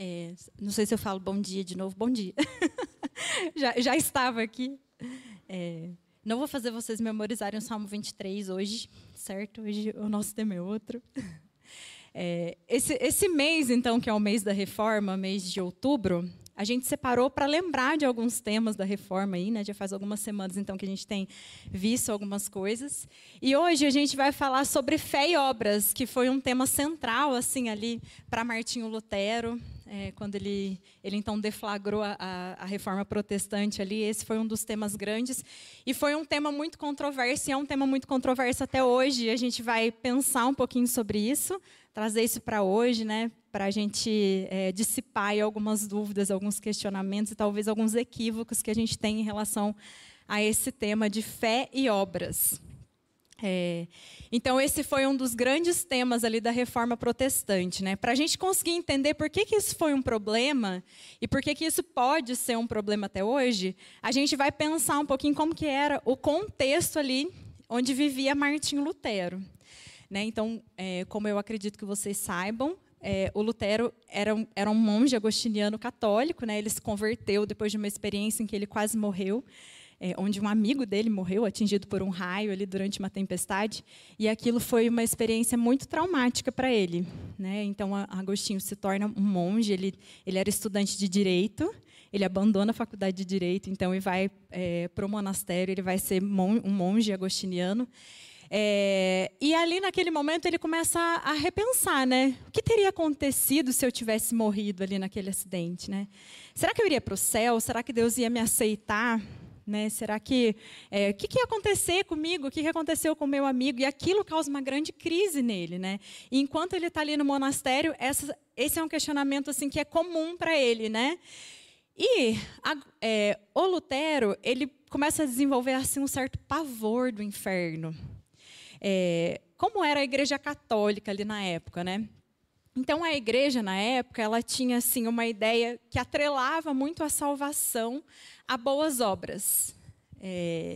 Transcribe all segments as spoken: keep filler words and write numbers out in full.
É, não sei se eu falo bom dia de novo. Bom dia. já, já estava aqui. É, não vou fazer vocês memorizarem o Salmo vinte e três hoje, certo? Hoje o nosso tema é outro. É, esse, esse mês, então, que é o mês da reforma, mês de outubro, a gente separou para lembrar de alguns temas da reforma aí, né? Já faz algumas semanas, então, que a gente tem visto algumas coisas. E hoje a gente vai falar sobre fé e obras, que foi um tema central, assim, ali para Martinho Lutero, é, quando ele, ele, então, deflagrou a, a, a reforma protestante ali. Esse foi um dos temas grandes. E foi um tema muito controverso, e é um tema muito controverso até hoje. A gente vai pensar um pouquinho sobre isso, trazer isso para hoje, né? Para a gente é, dissipar aí algumas dúvidas, alguns questionamentos e talvez alguns equívocos que a gente tem em relação a esse tema de fé e obras. É, então, esse foi um dos grandes temas ali da reforma protestante, né? Para a gente conseguir entender por que, que isso foi um problema e por que, que isso pode ser um problema até hoje, a gente vai pensar um pouquinho como que era o contexto ali onde vivia Martinho Lutero. Né? Então, é, como eu acredito que vocês saibam, É, o Lutero era um, era um monge agostiniano católico, né? Ele se converteu depois de uma experiência em que ele quase morreu, é, onde um amigo dele morreu, atingido por um raio ali durante uma tempestade, e aquilo foi uma experiência muito traumática para ele. Né? Então, a, Agostinho se torna um monge, ele, ele era estudante de Direito, ele abandona a faculdade de Direito, então, e vai é, para o monastério, ele vai ser mon, um monge agostiniano. É, e ali, naquele momento, ele começa a, a repensar, né? O que teria acontecido se eu tivesse morrido ali naquele acidente, né? Será que eu iria para o céu? Será que Deus ia me aceitar? Né? Será que... É, o que, que ia acontecer comigo? O que, que aconteceu com o meu amigo? E aquilo causa uma grande crise nele, né? E enquanto ele está ali no monastério, essa, esse é um questionamento assim, que é comum para ele, né? E a, é, o Lutero, ele começa a desenvolver assim, um certo pavor do inferno. É, como era a igreja católica ali na época, né? Então, a igreja, na época, ela tinha assim, uma ideia que atrelava muito a salvação a boas obras. É,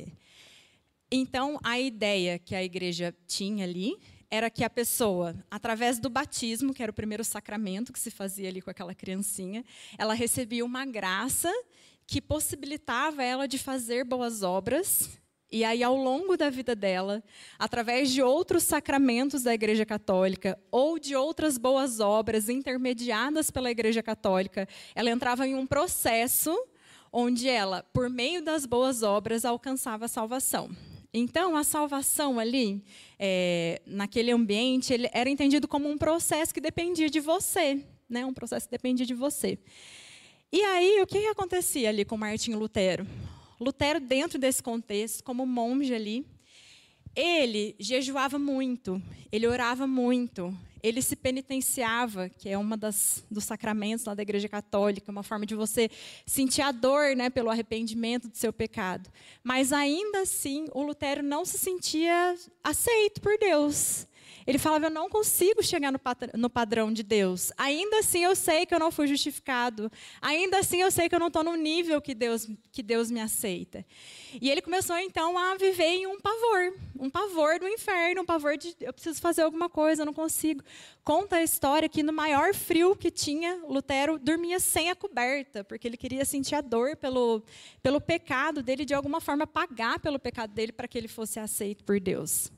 então, a ideia que a igreja tinha ali era que a pessoa, através do batismo, que era o primeiro sacramento que se fazia ali com aquela criancinha, ela recebia uma graça que possibilitava ela de fazer boas obras. E aí, ao longo da vida dela, através de outros sacramentos da Igreja Católica ou de outras boas obras intermediadas pela Igreja Católica, ela entrava em um processo onde ela, por meio das boas obras, alcançava a salvação. Então, a salvação ali, é, naquele ambiente, ele era entendido como um processo que dependia de você, né? Um processo que dependia de você. E aí, o que acontecia ali com Martinho Lutero? Lutero, dentro desse contexto, como monge ali, ele jejuava muito, ele orava muito, ele se penitenciava, que é uma das dos sacramentos lá da Igreja Católica, uma forma de você sentir a dor, né, pelo arrependimento do seu pecado. Mas ainda assim, o Lutero não se sentia aceito por Deus. Ele falava, eu não consigo chegar no padrão de Deus. Ainda assim eu sei que eu não fui justificado. Ainda assim eu sei que eu não estou no nível que Deus, que Deus me aceita. E ele começou então a viver em um pavor. Um pavor do inferno, um pavor de eu preciso fazer alguma coisa, eu não consigo. Conta a história que no maior frio que tinha, Lutero dormia sem a coberta, porque ele queria sentir a dor pelo, pelo pecado dele, de alguma forma pagar pelo pecado dele para que ele fosse aceito por Deus.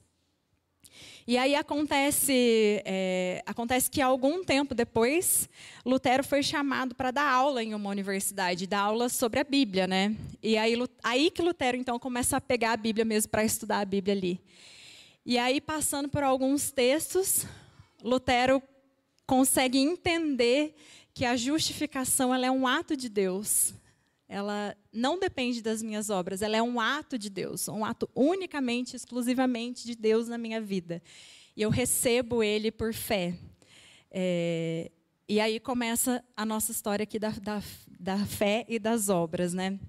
E aí acontece, é, acontece que, algum tempo depois, Lutero foi chamado para dar aula em uma universidade, dar aula sobre a Bíblia, né? E aí, aí que Lutero, então, começa a pegar a Bíblia mesmo para estudar a Bíblia ali. E aí, passando por alguns textos, Lutero consegue entender que a justificação ela é um ato de Deus. Ela não depende das minhas obras, ela é um ato de Deus, um ato unicamente, exclusivamente de Deus na minha vida. E eu recebo ele por fé. É, e aí começa a nossa história aqui da, da, da fé e das obras, né?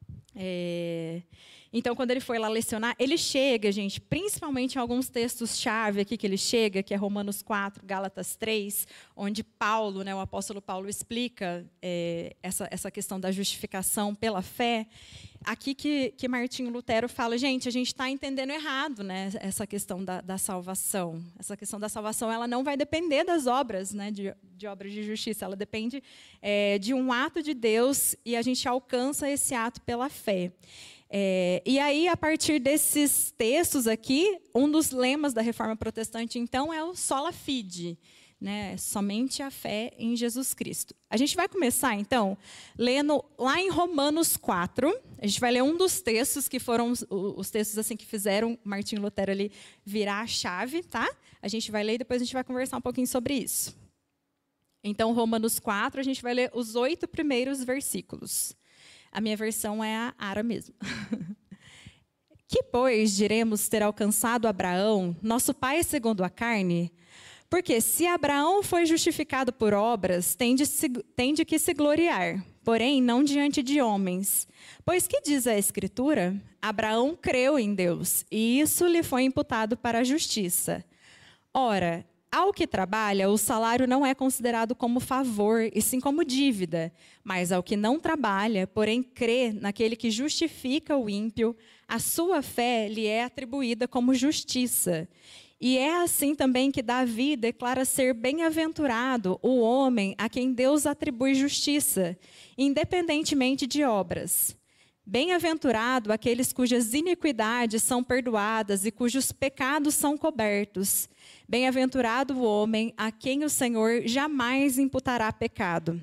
É, então, quando ele foi lá lecionar, ele chega, gente, principalmente em alguns textos-chave aqui que ele chega, que é Romanos quatro, Gálatas três, onde Paulo, né, o apóstolo Paulo, explica é, essa, essa questão da justificação pela fé. Aqui que, que Martinho Lutero fala, gente, a gente está entendendo errado, né, essa questão da, da salvação. Essa questão da salvação ela não vai depender das obras, né, de, de obras de justiça, ela depende é, de um ato de Deus e a gente alcança esse ato pela fé. É, e aí, a partir desses textos aqui, um dos lemas da Reforma Protestante, então, é o sola fide, né? Somente a fé em Jesus Cristo. A gente vai começar, então, lendo lá em Romanos quatro. A gente vai ler um dos textos que foram os, os textos assim que fizeram Martinho Lutero ali virar a chave, tá? A gente vai ler e depois a gente vai conversar um pouquinho sobre isso. Então, Romanos quatro, a gente vai ler os oito primeiros versículos. A minha versão é a Ara mesmo. Que, pois, diremos ter alcançado Abraão, nosso pai segundo a carne? Porque se Abraão foi justificado por obras, tem de, se, tem de que se gloriar, porém não diante de homens. Pois que diz a Escritura? Abraão creu em Deus, e isso lhe foi imputado para a justiça. Ora, ao que trabalha, o salário não é considerado como favor, e sim como dívida. Mas ao que não trabalha, porém crê naquele que justifica o ímpio, a sua fé lhe é atribuída como justiça. E é assim também que Davi declara ser bem-aventurado o homem a quem Deus atribui justiça, independentemente de obras. Bem-aventurado aqueles cujas iniquidades são perdoadas e cujos pecados são cobertos. Bem-aventurado o homem a quem o Senhor jamais imputará pecado.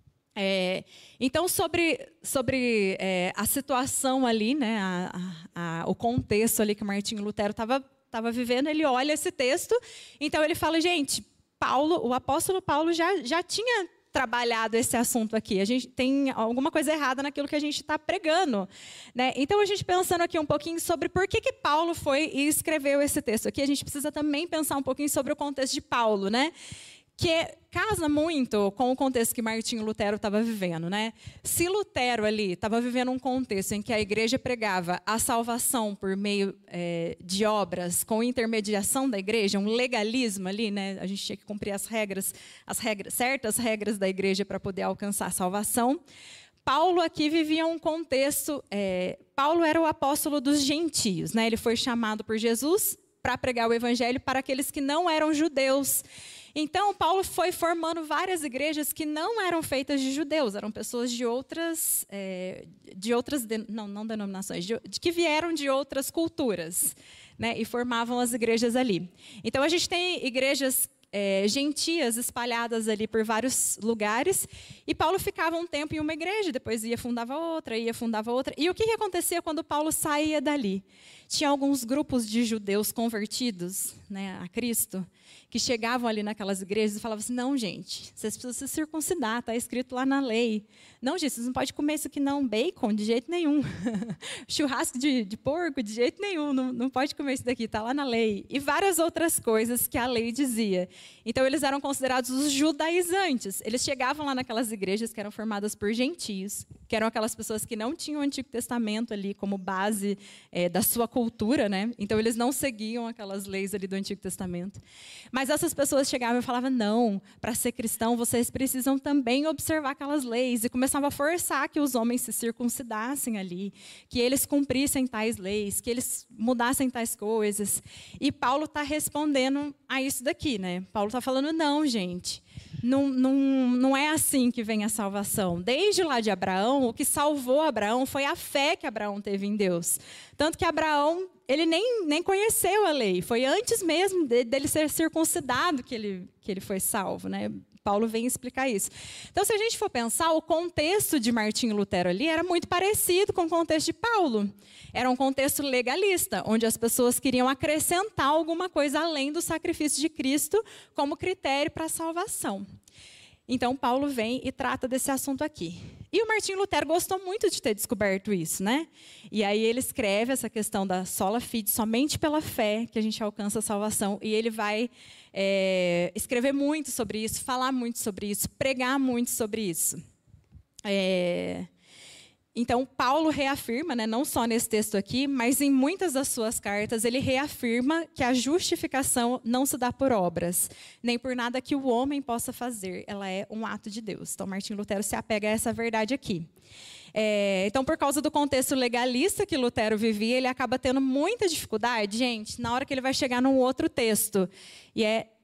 É, então, sobre, sobre é, a situação ali, né, a, a, a, o contexto ali que Martinho Lutero estava estava vivendo, ele olha esse texto, então ele fala, gente, Paulo, o apóstolo Paulo já, já tinha trabalhado esse assunto aqui, a gente tem alguma coisa errada naquilo que a gente está pregando, né? Então, a gente pensando aqui um pouquinho sobre por que, que Paulo foi e escreveu esse texto aqui, a gente precisa também pensar um pouquinho sobre o contexto de Paulo, né? Que casa muito com o contexto que Martinho Lutero estava vivendo, né? Se Lutero ali estava vivendo um contexto em que a igreja pregava a salvação por meio é, de obras, com intermediação da igreja, um legalismo ali, né? A gente tinha que cumprir as regras, as regras, certas regras da igreja para poder alcançar a salvação. Paulo aqui vivia um contexto. É, Paulo era o apóstolo dos gentios, né? Ele foi chamado por Jesus para pregar o evangelho para aqueles que não eram judeus. Então, Paulo foi formando várias igrejas que não eram feitas de judeus, eram pessoas de outras, é, de outras de, não, não denominações, de, de, que vieram de outras culturas, né, e formavam as igrejas ali. Então, a gente tem igrejas é, gentias espalhadas ali por vários lugares, e Paulo ficava um tempo em uma igreja, depois ia fundava outra, ia fundava outra. E o que, que acontecia quando Paulo saía dali? Tinha alguns grupos de judeus convertidos, né, a Cristo, que chegavam ali naquelas igrejas e falavam assim, não, gente, vocês precisam se circuncidar, está escrito lá na lei. Não, gente, vocês não podem comer isso aqui não, bacon, de jeito nenhum. Churrasco de, de porco, de jeito nenhum, não, não pode comer isso daqui, está lá na lei. E várias outras coisas que a lei dizia. Então, eles eram considerados os judaizantes. Eles chegavam lá naquelas igrejas que eram formadas por gentios, que eram aquelas pessoas que não tinham o Antigo Testamento ali como base é, da sua cultura, né? Então, eles não seguiam aquelas leis ali do Antigo Testamento. Mas essas pessoas chegavam e falavam, não, para ser cristão, vocês precisam também observar aquelas leis. E começavam a forçar que os homens se circuncidassem ali, que eles cumprissem tais leis, que eles mudassem tais coisas. E Paulo está respondendo a isso daqui, né? Paulo está falando, não, gente, não, não, não é assim que vem a salvação. Desde lá de Abraão, o que salvou Abraão foi a fé que Abraão teve em Deus. Tanto que Abraão, ele nem, nem conheceu a lei. Foi antes mesmo de, dele ser circuncidado que ele, que ele foi salvo, né? Paulo vem explicar isso. Então, se a gente for pensar, o contexto de Martinho Lutero ali era muito parecido com o contexto de Paulo. Era um contexto legalista, onde as pessoas queriam acrescentar alguma coisa além do sacrifício de Cristo como critério para a salvação. Então, Paulo vem e trata desse assunto aqui. E o Martinho Lutero gostou muito de ter descoberto isso, né? E aí ele escreve essa questão da sola fide, somente pela fé que a gente alcança a salvação. E ele vai é, escrever muito sobre isso, falar muito sobre isso, pregar muito sobre isso. É... Então, Paulo reafirma, né, não só nesse texto aqui, mas em muitas das suas cartas, ele reafirma que a justificação não se dá por obras, nem por nada que o homem possa fazer. Ela é um ato de Deus. Então, Martinho Lutero se apega a essa verdade aqui. É, então, por causa do contexto legalista que Lutero vivia, ele acaba tendo muita dificuldade, gente, na hora que ele vai chegar num outro texto. E é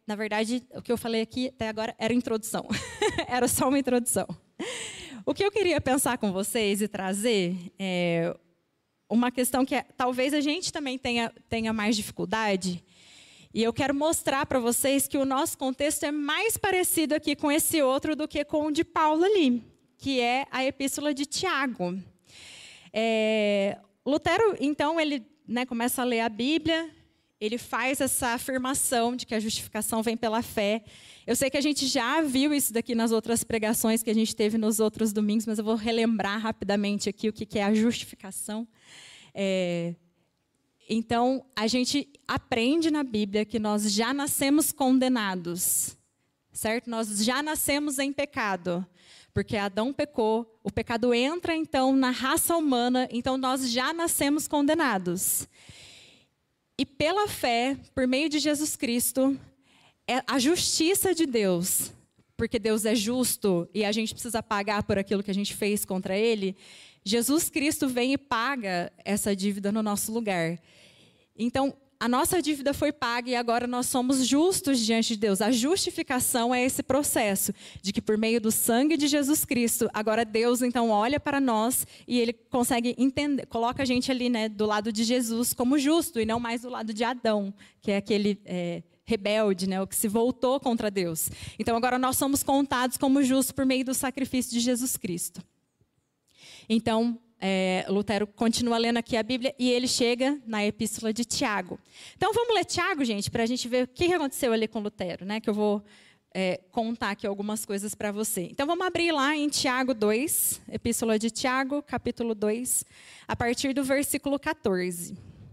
Na verdade, o que eu falei aqui até agora era introdução. Era só uma introdução. O que eu queria pensar com vocês e trazer é uma questão que é, talvez a gente também tenha, tenha mais dificuldade. E eu quero mostrar para vocês que o nosso contexto é mais parecido aqui com esse outro do que com o de Paulo ali, que é a epístola de Tiago. É, Lutero, então, ele né, começa a ler a Bíblia, ele faz essa afirmação de que a justificação vem pela fé. Eu sei que a gente já viu isso daqui nas outras pregações que a gente teve nos outros domingos, mas eu vou relembrar rapidamente aqui o que é a justificação. É, então, a gente aprende na Bíblia que nós já nascemos condenados, certo? Nós já nascemos em pecado, porque Adão pecou, o pecado entra, então, na raça humana, então nós já nascemos condenados. E pela fé, por meio de Jesus Cristo, é a justiça de Deus, porque Deus é justo e a gente precisa pagar por aquilo que a gente fez contra Ele, Jesus Cristo vem e paga essa dívida no nosso lugar. Então, a nossa dívida foi paga e agora nós somos justos diante de Deus. A justificação é esse processo de que por meio do sangue de Jesus Cristo, agora Deus então olha para nós e Ele consegue entender, coloca a gente ali né, do lado de Jesus como justo e não mais do lado de Adão, que é aquele é, rebelde, né, o que se voltou contra Deus. Então agora nós somos contados como justos por meio do sacrifício de Jesus Cristo. Então, É, Lutero continua lendo aqui a Bíblia e ele chega na epístola de Tiago. Então vamos ler Tiago, gente, para a gente ver o que aconteceu ali com Lutero, né? Que eu vou é, contar aqui algumas coisas para você. Então vamos abrir lá em Tiago dois, epístola de Tiago, capítulo dois, a partir do versículo quatorze.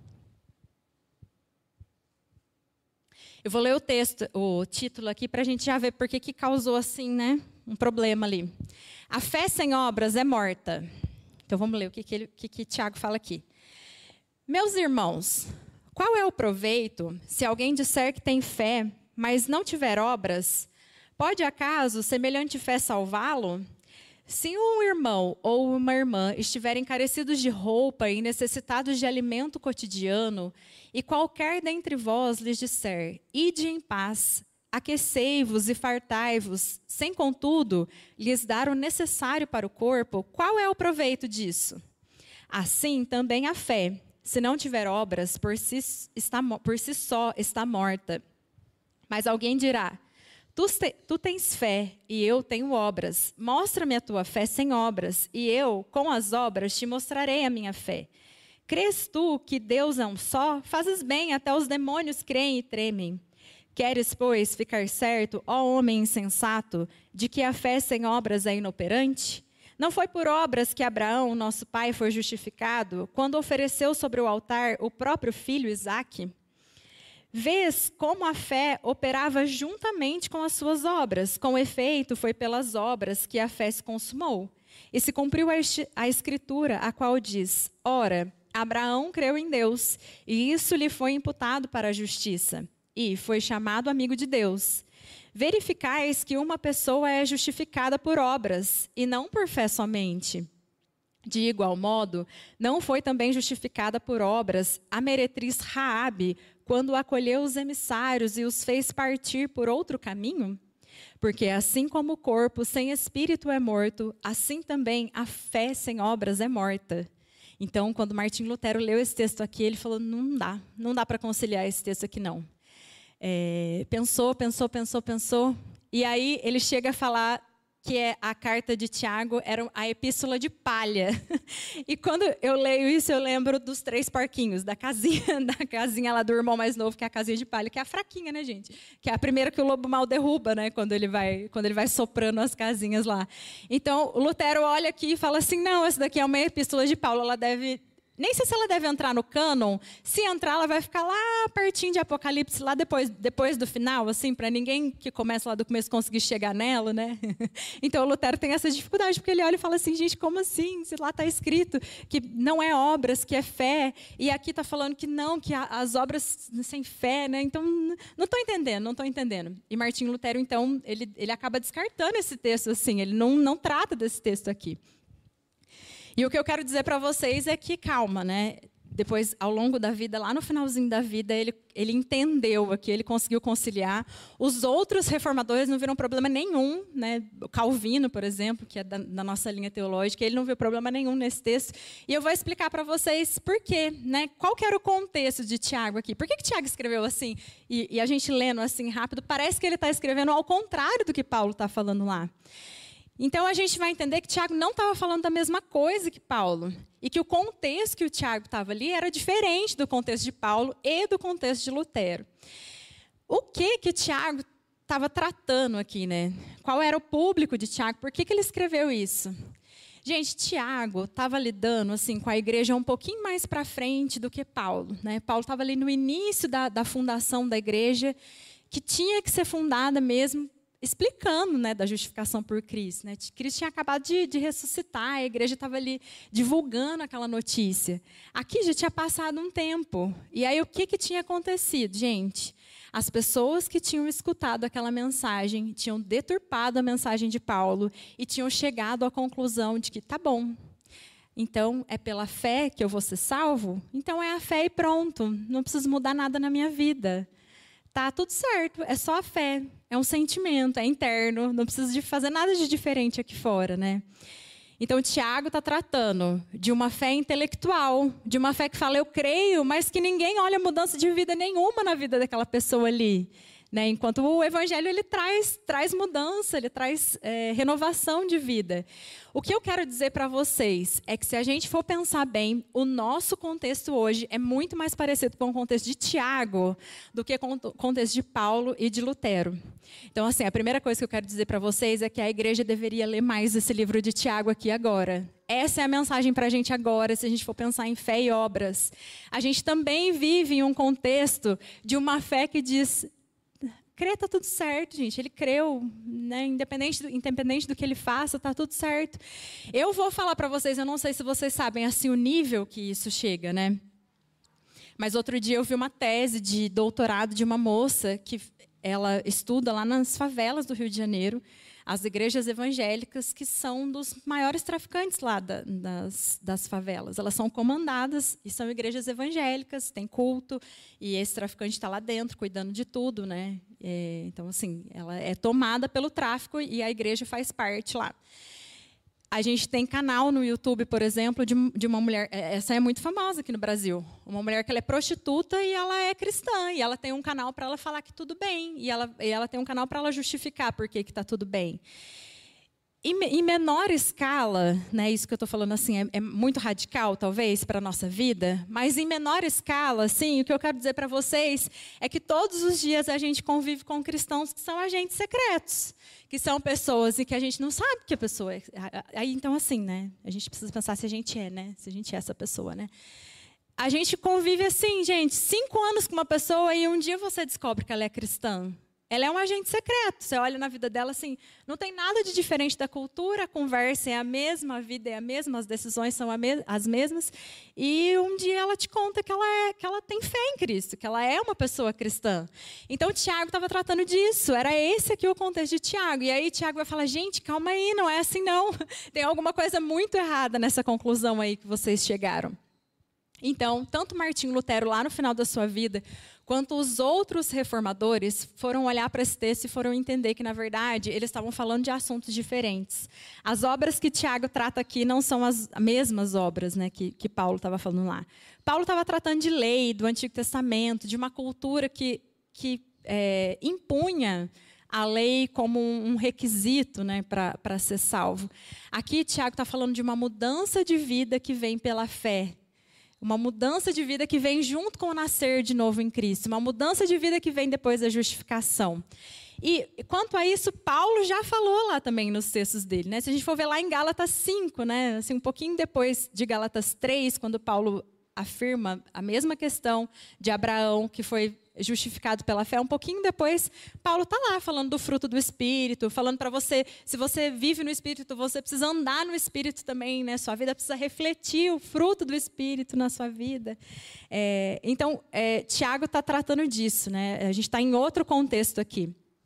Eu vou ler o texto, o título aqui, para a gente já ver por que que causou assim, né? Um problema ali. A fé sem obras é morta. Então, vamos ler o que, que, ele, que, que Tiago fala aqui. Meus irmãos, qual é o proveito se alguém disser que tem fé, mas não tiver obras? Pode, acaso, semelhante fé salvá-lo? Se um irmão ou uma irmã estiverem carecidos de roupa e necessitados de alimento cotidiano, e qualquer dentre vós lhes disser, ide em paz, aquecei-vos e fartai-vos, sem, contudo, lhes dar o necessário para o corpo, qual é o proveito disso? Assim, também a fé, se não tiver obras, por si, está, por si só está morta. Mas alguém dirá, tu, te, tu tens fé e eu tenho obras. Mostra-me a tua fé sem obras, e eu, com as obras, te mostrarei a minha fé. Crês tu que Deus é um só? Fazes bem, até os demônios creem e tremem. Queres, pois, ficar certo, ó homem insensato, de que a fé sem obras é inoperante? Não foi por obras que Abraão, nosso pai, foi justificado, quando ofereceu sobre o altar o próprio filho Isaque? Vês como a fé operava juntamente com as suas obras. Com efeito, foi pelas obras que a fé se consumou. E se cumpriu a escritura, a qual diz, ora, Abraão creu em Deus, e isso lhe foi imputado para a justiça. E foi chamado amigo de Deus. Verificais que uma pessoa é justificada por obras, e não por fé somente. De igual modo, não foi também justificada por obras a meretriz Raabe, quando acolheu os emissários e os fez partir por outro caminho? Porque assim como o corpo sem espírito é morto, assim também a fé sem obras é morta. Então, quando Martim Lutero leu esse texto aqui, ele falou, não dá, não dá para conciliar esse texto aqui não. É, pensou, pensou, pensou, pensou, e aí ele chega a falar que é a carta de Tiago era a epístola de palha. E quando eu leio isso, eu lembro dos três porquinhos, da casinha, da casinha lá do irmão mais novo, que é a casinha de palha, que é a fraquinha, né, gente? Que é a primeira que o lobo mal derruba, né, quando ele vai, quando ele vai soprando as casinhas lá. Então, o Lutero olha aqui e fala assim, não, essa daqui é uma epístola de Paulo, ela deve... Nem sei se ela deve entrar no cânon. Se entrar, ela vai ficar lá pertinho de Apocalipse, lá depois, depois do final, assim, para ninguém que começa lá do começo conseguir chegar nela, né? Então, o Lutero tem essa dificuldade, porque ele olha e fala assim, gente, como assim? Se lá está escrito que não é obras, que é fé, e aqui está falando que não, que as obras sem fé, né? Então, não estou entendendo, não estou entendendo. E Martim Lutero, então, ele, ele acaba descartando esse texto, assim, ele não, não trata desse texto aqui. E o que eu quero dizer para vocês é que, calma, né? depois, ao longo da vida, lá no finalzinho da vida, ele, ele entendeu aqui, ele conseguiu conciliar. Os outros reformadores não viram problema nenhum, né? O Calvino, por exemplo, que é da, da nossa linha teológica, ele não viu problema nenhum nesse texto. E eu vou explicar para vocês por quê, né? Qual que era o contexto de Tiago aqui? Por que, que Tiago escreveu assim? E, e a gente lendo assim rápido, parece que ele está escrevendo ao contrário do que Paulo está falando lá. Então, a gente vai entender que Tiago não estava falando da mesma coisa que Paulo. E que o contexto que o Tiago estava ali era diferente do contexto de Paulo e do contexto de Lutero. O que que Tiago estava tratando aqui, né? Qual era o público de Tiago? Por que que ele escreveu isso? Gente, Tiago estava lidando assim, com a igreja um pouquinho mais para frente do que Paulo, né? Paulo estava ali no início da, da fundação da igreja, que tinha que ser fundada mesmo, explicando, né, da justificação por Cristo, né? Cristo tinha acabado de, de ressuscitar, a igreja estava ali divulgando aquela notícia. Aqui já tinha passado um tempo. E aí o que, que tinha acontecido, gente? As pessoas que tinham escutado aquela mensagem tinham deturpado a mensagem de Paulo e tinham chegado à conclusão de que tá bom. Então, é pela fé que eu vou ser salvo? Então é a fé e pronto. Não preciso mudar nada na minha vida. Tá tudo certo, é só a fé, é um sentimento, é interno, não precisa de fazer nada de diferente aqui fora, né? Então, Tiago está tratando de uma fé intelectual, de uma fé que fala, eu creio, mas que ninguém olha mudança de vida nenhuma na vida daquela pessoa ali. Né? Enquanto o evangelho ele traz, traz mudança, ele traz é, renovação de vida. O que eu quero dizer para vocês é que se a gente for pensar bem, o nosso contexto hoje é muito mais parecido com o contexto de Tiago do que com o contexto de Paulo e de Lutero. Então, assim, a primeira coisa que eu quero dizer para vocês é que a igreja deveria ler mais esse livro de Tiago aqui agora. Essa é a mensagem para a gente agora, se a gente for pensar em fé e obras. A gente também vive em um contexto de uma fé que diz... Crer, está tudo certo, gente. Ele creu, né? independente, do, independente do que ele faça, está tudo certo. Eu vou falar para vocês, eu não sei se vocês sabem assim, o nível que isso chega, né? Mas outro dia eu vi uma tese de doutorado de uma moça que ela estuda lá nas favelas do Rio de Janeiro, as igrejas evangélicas, que são dos maiores traficantes lá da, das, das favelas. Elas são comandadas e são igrejas evangélicas, tem culto, e esse traficante está lá dentro, cuidando de tudo, né? É, então, assim, ela é tomada pelo tráfico e a igreja faz parte lá. A gente tem canal no YouTube, por exemplo, de, de uma mulher, essa é muito famosa aqui no Brasil, uma mulher que ela é prostituta e ela é cristã, e ela tem um canal para ela falar que tudo bem, e ela, e ela tem um canal para ela justificar por que está tudo bem. Em, em menor escala, né, isso que eu estou falando assim, é, é muito radical, talvez, para a nossa vida, mas em menor escala, assim, o que eu quero dizer para vocês é que todos os dias a gente convive com cristãos que são agentes secretos, que são pessoas e que a gente não sabe que a pessoa é. Aí, então, assim, né, a gente precisa pensar se a gente é, né, se a gente é essa pessoa, né. A gente convive assim, gente, cinco anos com uma pessoa e um dia você descobre que ela é cristã. Ela é um agente secreto. Você olha na vida dela assim, não tem nada de diferente da cultura, a conversa é a mesma, a vida é a mesma, as decisões são as mesmas. E um dia ela te conta que ela, é, que ela tem fé em Cristo, que ela é uma pessoa cristã. Então, Tiago estava tratando disso. Era esse aqui o contexto de Tiago. E aí, Tiago vai falar, gente, calma aí, não é assim não. Tem alguma coisa muito errada nessa conclusão aí que vocês chegaram. Então, tanto Martinho Lutero, lá no final da sua vida, quanto os outros reformadores foram olhar para esse texto e foram entender que, na verdade, eles estavam falando de assuntos diferentes. As obras que Tiago trata aqui não são as mesmas obras, né, que, que Paulo estava falando lá. Paulo estava tratando de lei, do Antigo Testamento, de uma cultura que, que é, impunha a lei como um requisito, né, para ser salvo. Aqui, Tiago está falando de uma mudança de vida que vem pela fé. Uma mudança de vida que vem junto com o nascer de novo em Cristo. Uma mudança de vida que vem depois da justificação. E, quanto a isso, Paulo já falou lá também nos textos dele. Né? Se a gente for ver lá em Gálatas cinco, né? Assim, um pouquinho depois de Gálatas três, quando Paulo afirma a mesma questão de Abraão, que foi justificado pela fé, um pouquinho depois, Paulo está lá falando do fruto do Espírito, falando para você, se você vive no Espírito, você precisa andar no Espírito também, né? Sua vida precisa refletir o fruto do Espírito na sua vida. É, então, é, Tiago está tratando disso, né? A gente está em outro contexto aqui.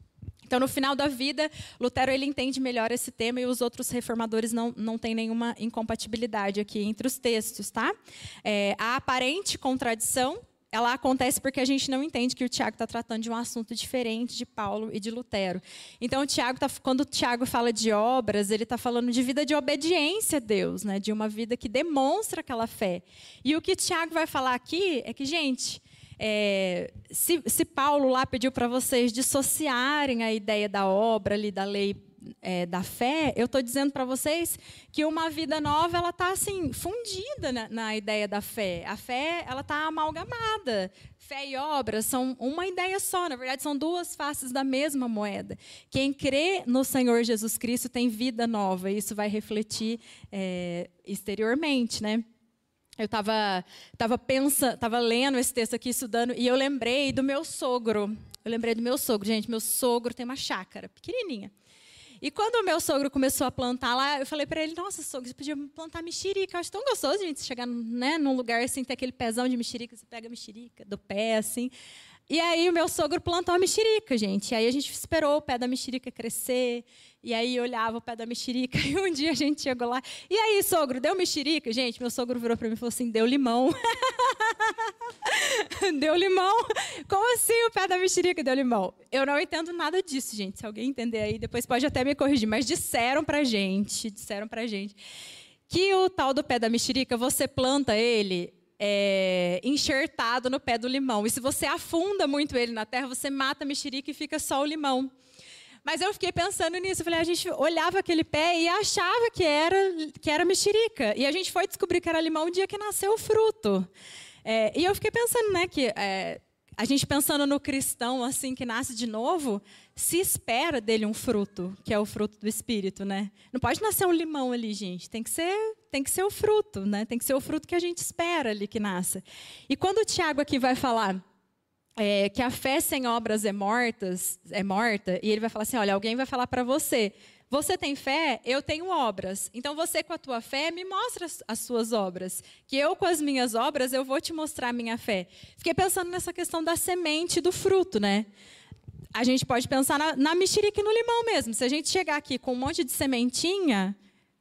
Então, no final da vida, Lutero ele entende melhor esse tema e os outros reformadores não, não têm nenhuma incompatibilidade aqui entre os textos. Tá? É, a aparente contradição, ela acontece porque a gente não entende que o Tiago está tratando de um assunto diferente de Paulo e de Lutero. Então, o Tiago tá, quando o Tiago fala de obras, ele está falando de vida de obediência a Deus, né? De uma vida que demonstra aquela fé. E o que o Tiago vai falar aqui é que, gente... É, se, se Paulo lá pediu para vocês dissociarem a ideia da obra ali, da lei é, da fé, eu estou dizendo para vocês que uma vida nova ela está assim fundida na, na ideia da fé. A fé ela está amalgamada. Fé e obra são uma ideia só. Na verdade, são duas faces da mesma moeda. Quem crê no Senhor Jesus Cristo tem vida nova. E isso vai refletir é, exteriormente, né? Eu estava tava pensando, estava lendo esse texto aqui, estudando, e eu lembrei do meu sogro. Eu lembrei do meu sogro, gente. Meu sogro tem uma chácara pequenininha. E quando o meu sogro começou a plantar lá, eu falei para ele, nossa, sogro, você podia plantar mexerica. Eu acho tão gostoso, gente, chegar, né, num lugar assim, ter aquele pezão de mexerica, você pega a mexerica do pé, assim. E aí o meu sogro plantou a mexerica, gente. E aí a gente esperou o pé da mexerica crescer. E aí olhava o pé da mexerica. E um dia a gente chegou lá. E aí, sogro, deu mexerica? Gente, meu sogro virou para mim e falou assim, deu limão. Deu limão? Como assim o pé da mexerica deu limão? Eu não entendo nada disso, gente. Se alguém entender aí, depois pode até me corrigir. Mas disseram pra gente, disseram pra gente, que o tal do pé da mexerica, você planta ele... É, enxertado no pé do limão. E se você afunda muito ele na terra, você mata a mexerica e fica só o limão. Mas eu fiquei pensando nisso. Eu falei, a gente olhava aquele pé e achava que era, que era mexerica. E a gente foi descobrir que era limão o dia que nasceu o fruto. É, e eu fiquei pensando, né, que é, a gente pensando no cristão assim que nasce de novo, se espera dele um fruto, que é o fruto do Espírito, né? Não pode nascer um limão ali, gente. Tem que ser, tem que ser o fruto, né? Tem que ser o fruto que a gente espera ali que nasça. E quando o Tiago aqui vai falar é, que a fé sem obras é, mortas, é morta, e ele vai falar assim, olha, alguém vai falar para você, você tem fé, eu tenho obras. Então, você com a tua fé, me mostra as suas obras. Que eu com as minhas obras, eu vou te mostrar a minha fé. Fiquei pensando nessa questão da semente e do fruto, né? A gente pode pensar na, na mexerica e no limão mesmo. Se a gente chegar aqui com um monte de sementinha,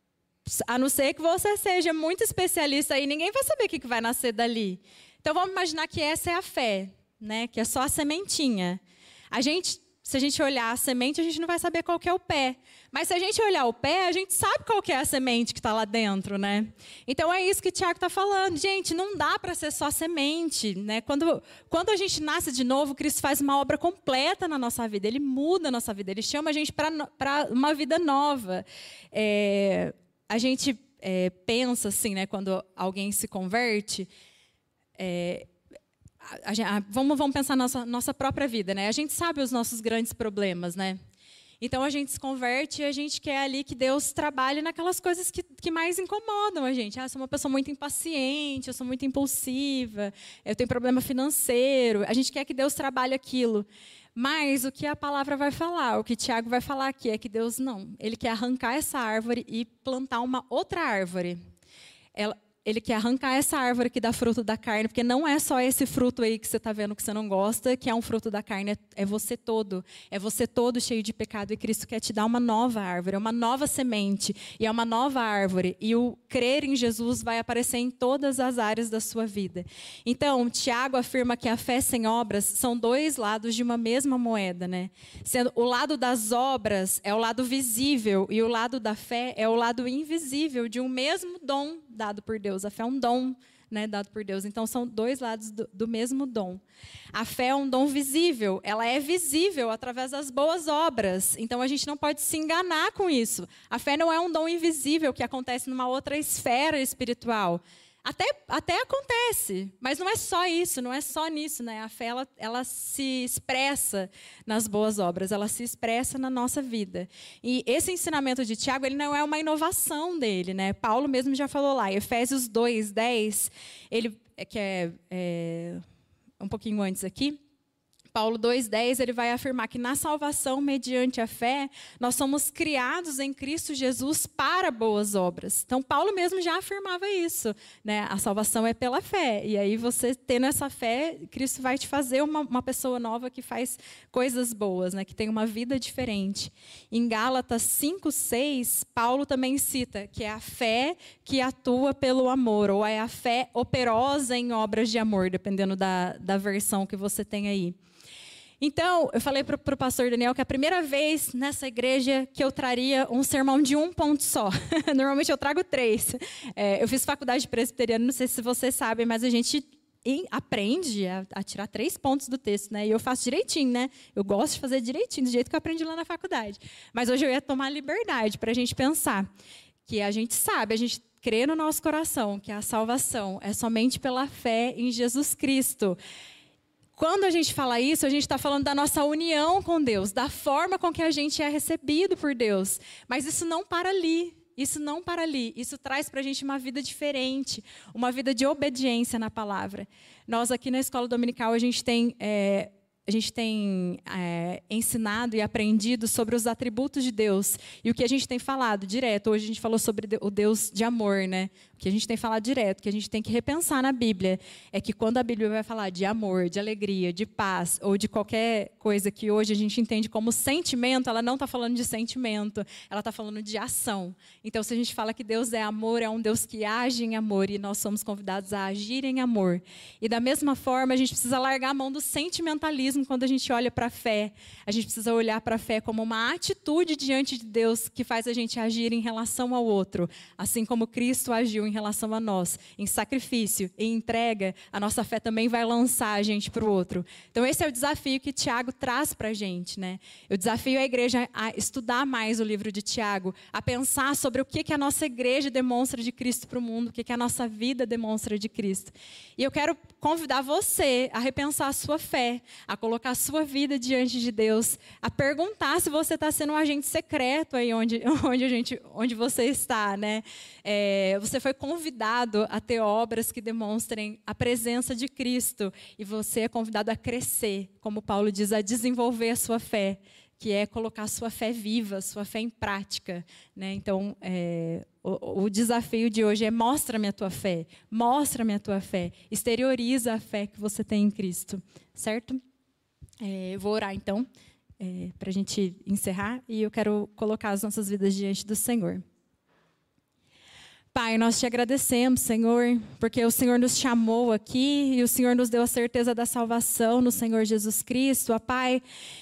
a não ser que você seja muito especialista aí, ninguém vai saber o que vai nascer dali. Então, vamos imaginar que essa é a fé, né? Que é só a sementinha. A gente... Se a gente olhar a semente, a gente não vai saber qual que é o pé. Mas se a gente olhar o pé, a gente sabe qual que é a semente que está lá dentro, né? Então, é isso que o Tiago está falando. Gente, não dá para ser só semente, né? Quando, quando a gente nasce de novo, Cristo faz uma obra completa na nossa vida. Ele muda a nossa vida. Ele chama a gente para uma vida nova. É, a gente é, pensa assim, né? Quando alguém se converte... É, A gente, a, vamos, vamos pensar na nossa, nossa própria vida, né? A gente sabe os nossos grandes problemas, né? Então, a gente se converte e a gente quer ali que Deus trabalhe naquelas coisas que, que mais incomodam a gente. Ah, eu sou uma pessoa muito impaciente, eu sou muito impulsiva, eu tenho problema financeiro. A gente quer que Deus trabalhe aquilo. Mas o que a palavra vai falar, o que Tiago vai falar aqui é que Deus não. Ele quer arrancar essa árvore e plantar uma outra árvore. Ela... Ele quer arrancar essa árvore que dá fruto da carne, porque não é só esse fruto aí que você está vendo que você não gosta, que é um fruto da carne, é você todo. É você todo cheio de pecado e Cristo quer te dar uma nova árvore, é uma nova semente, e é uma nova árvore. E o crer em Jesus vai aparecer em todas as áreas da sua vida. Então, Tiago afirma que a fé sem obras são dois lados de uma mesma moeda, né? Sendo o lado das obras é o lado visível e o lado da fé é o lado invisível de um mesmo dom dado por Deus. A fé é um dom, né, dado por Deus. Então, são dois lados do, do mesmo dom. A fé é um dom visível. Ela é visível através das boas obras. Então, a gente não pode se enganar com isso. A fé não é um dom invisível que acontece numa outra esfera espiritual. Até, até acontece, mas não é só isso, não é só nisso, né? A fé, ela, ela se expressa nas boas obras, ela se expressa na nossa vida. E esse ensinamento de Tiago, ele não é uma inovação dele, né? Paulo mesmo já falou lá, Efésios dois, dez, ele, que é, é um pouquinho antes aqui, Paulo dois, dez, ele vai afirmar que na salvação, mediante a fé, nós somos criados em Cristo Jesus para boas obras. Então, Paulo mesmo já afirmava isso, né? A salvação é pela fé. E aí, você tendo essa fé, Cristo vai te fazer uma, uma pessoa nova que faz coisas boas, né? Que tem uma vida diferente. Em Gálatas cinco, seis, Paulo também cita que é a fé que atua pelo amor, ou é a fé operosa em obras de amor, dependendo da, da versão que você tem aí. Então, eu falei para o pastor Daniel que é a primeira vez nessa igreja que eu traria um sermão de um ponto só. Normalmente eu trago três. É, eu fiz faculdade presbiteriana, não sei se vocês sabem, mas a gente aprende a, a tirar três pontos do texto, né? E eu faço direitinho, né? Eu gosto de fazer direitinho, do jeito que eu aprendi lá na faculdade. Mas hoje eu ia tomar liberdade para a gente pensar que a gente sabe, a gente crê no nosso coração que a salvação é somente pela fé em Jesus Cristo. Quando a gente fala isso, a gente está falando da nossa união com Deus, da forma com que a gente é recebido por Deus. Mas isso não para ali, isso não para ali. Isso traz para a gente uma vida diferente, uma vida de obediência na palavra. Nós aqui na Escola Dominical, a gente tem... É, A gente tem é, ensinado e aprendido sobre os atributos de Deus. E o que a gente tem falado direto, hoje a gente falou sobre o Deus de amor, né? O que a gente tem falado direto, que a gente tem que repensar na Bíblia, é que quando a Bíblia vai falar de amor, de alegria, de paz, ou de qualquer coisa que hoje a gente entende como sentimento, ela não está falando de sentimento, ela está falando de ação. Então, se a gente fala que Deus é amor, é um Deus que age em amor, e nós somos convidados a agir em amor. E da mesma forma, a gente precisa largar a mão do sentimentalismo quando a gente olha para a fé. A gente precisa olhar para a fé como uma atitude diante de Deus que faz a gente agir em relação ao outro. Assim como Cristo agiu em relação a nós, em sacrifício, em entrega, a nossa fé também vai lançar a gente para o outro. Então esse é o desafio que Tiago traz para a gente, né? Eu desafio a igreja a estudar mais o livro de Tiago, a pensar sobre o que, que a nossa igreja demonstra de Cristo para o mundo, o que, que a nossa vida demonstra de Cristo. E eu quero convidar você a repensar a sua fé, a colocar a sua vida diante de Deus, a perguntar se você está sendo um agente secreto aí onde, onde, a gente, onde você está, né? É, você foi convidado a ter obras que demonstrem a presença de Cristo e você é convidado a crescer, como Paulo diz, a desenvolver a sua fé, que é colocar a sua fé viva, a sua fé em prática, né? Então, é, o, o desafio de hoje é mostra-me a tua fé, mostra-me a tua fé, exterioriza a fé que você tem em Cristo, certo? É, eu vou orar, então, é, para a gente encerrar, e eu quero colocar as nossas vidas diante do Senhor. Pai, nós te agradecemos, Senhor, porque o Senhor nos chamou aqui e o Senhor nos deu a certeza da salvação no Senhor Jesus Cristo, ó Pai,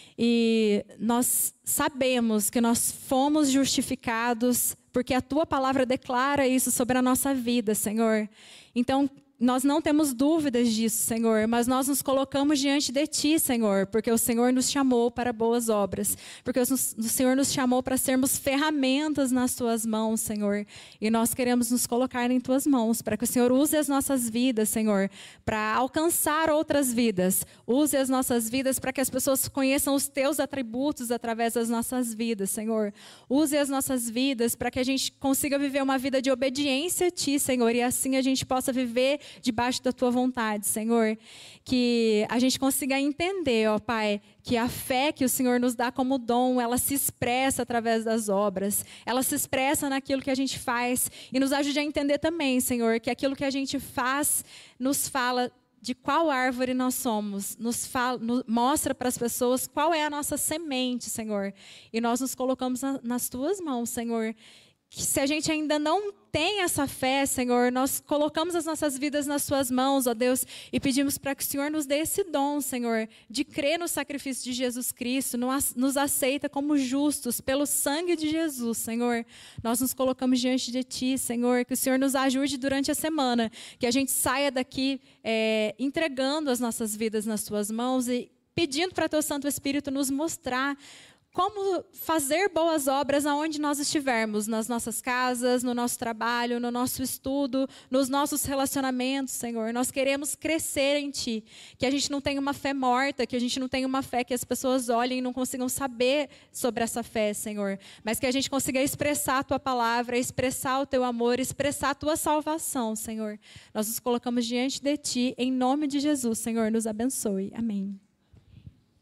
e nós sabemos que nós fomos justificados porque a Tua palavra declara isso sobre a nossa vida, Senhor. Então, nós não temos dúvidas disso, Senhor, mas nós nos colocamos diante de Ti, Senhor, porque o Senhor nos chamou para boas obras, porque o Senhor nos chamou para sermos ferramentas nas Tuas mãos, Senhor, e nós queremos nos colocar em Tuas mãos, para que o Senhor use as nossas vidas, Senhor, para alcançar outras vidas, use as nossas vidas para que as pessoas conheçam os Teus atributos através das nossas vidas, Senhor, use as nossas vidas para que a gente consiga viver uma vida de obediência a Ti, Senhor, e assim a gente possa viver debaixo da Tua vontade, Senhor, que a gente consiga entender, ó Pai, que a fé que o Senhor nos dá como dom, ela se expressa através das obras, ela se expressa naquilo que a gente faz, e nos ajude a entender também, Senhor, que aquilo que a gente faz nos fala de qual árvore nós somos, nos fala, nos mostra para as pessoas qual é a nossa semente, Senhor, e nós nos colocamos na, nas Tuas mãos, Senhor, que se a gente ainda não tem essa fé, Senhor, nós colocamos as nossas vidas nas Suas mãos, ó Deus, e pedimos para que o Senhor nos dê esse dom, Senhor, de crer no sacrifício de Jesus Cristo, nos aceita como justos pelo sangue de Jesus, Senhor. Nós nos colocamos diante de Ti, Senhor, que o Senhor nos ajude durante a semana, que a gente saia daqui é, entregando as nossas vidas nas Tuas mãos e pedindo para Teu Santo Espírito nos mostrar como fazer boas obras aonde nós estivermos, nas nossas casas, no nosso trabalho, no nosso estudo, nos nossos relacionamentos, Senhor. Nós queremos crescer em Ti, que a gente não tenha uma fé morta, que a gente não tenha uma fé que as pessoas olhem e não consigam saber sobre essa fé, Senhor, mas que a gente consiga expressar a Tua palavra, expressar o Teu amor, expressar a Tua salvação, Senhor. Nós nos colocamos diante de Ti, em nome de Jesus, Senhor, nos abençoe. Amém.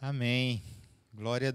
Amém. Glória a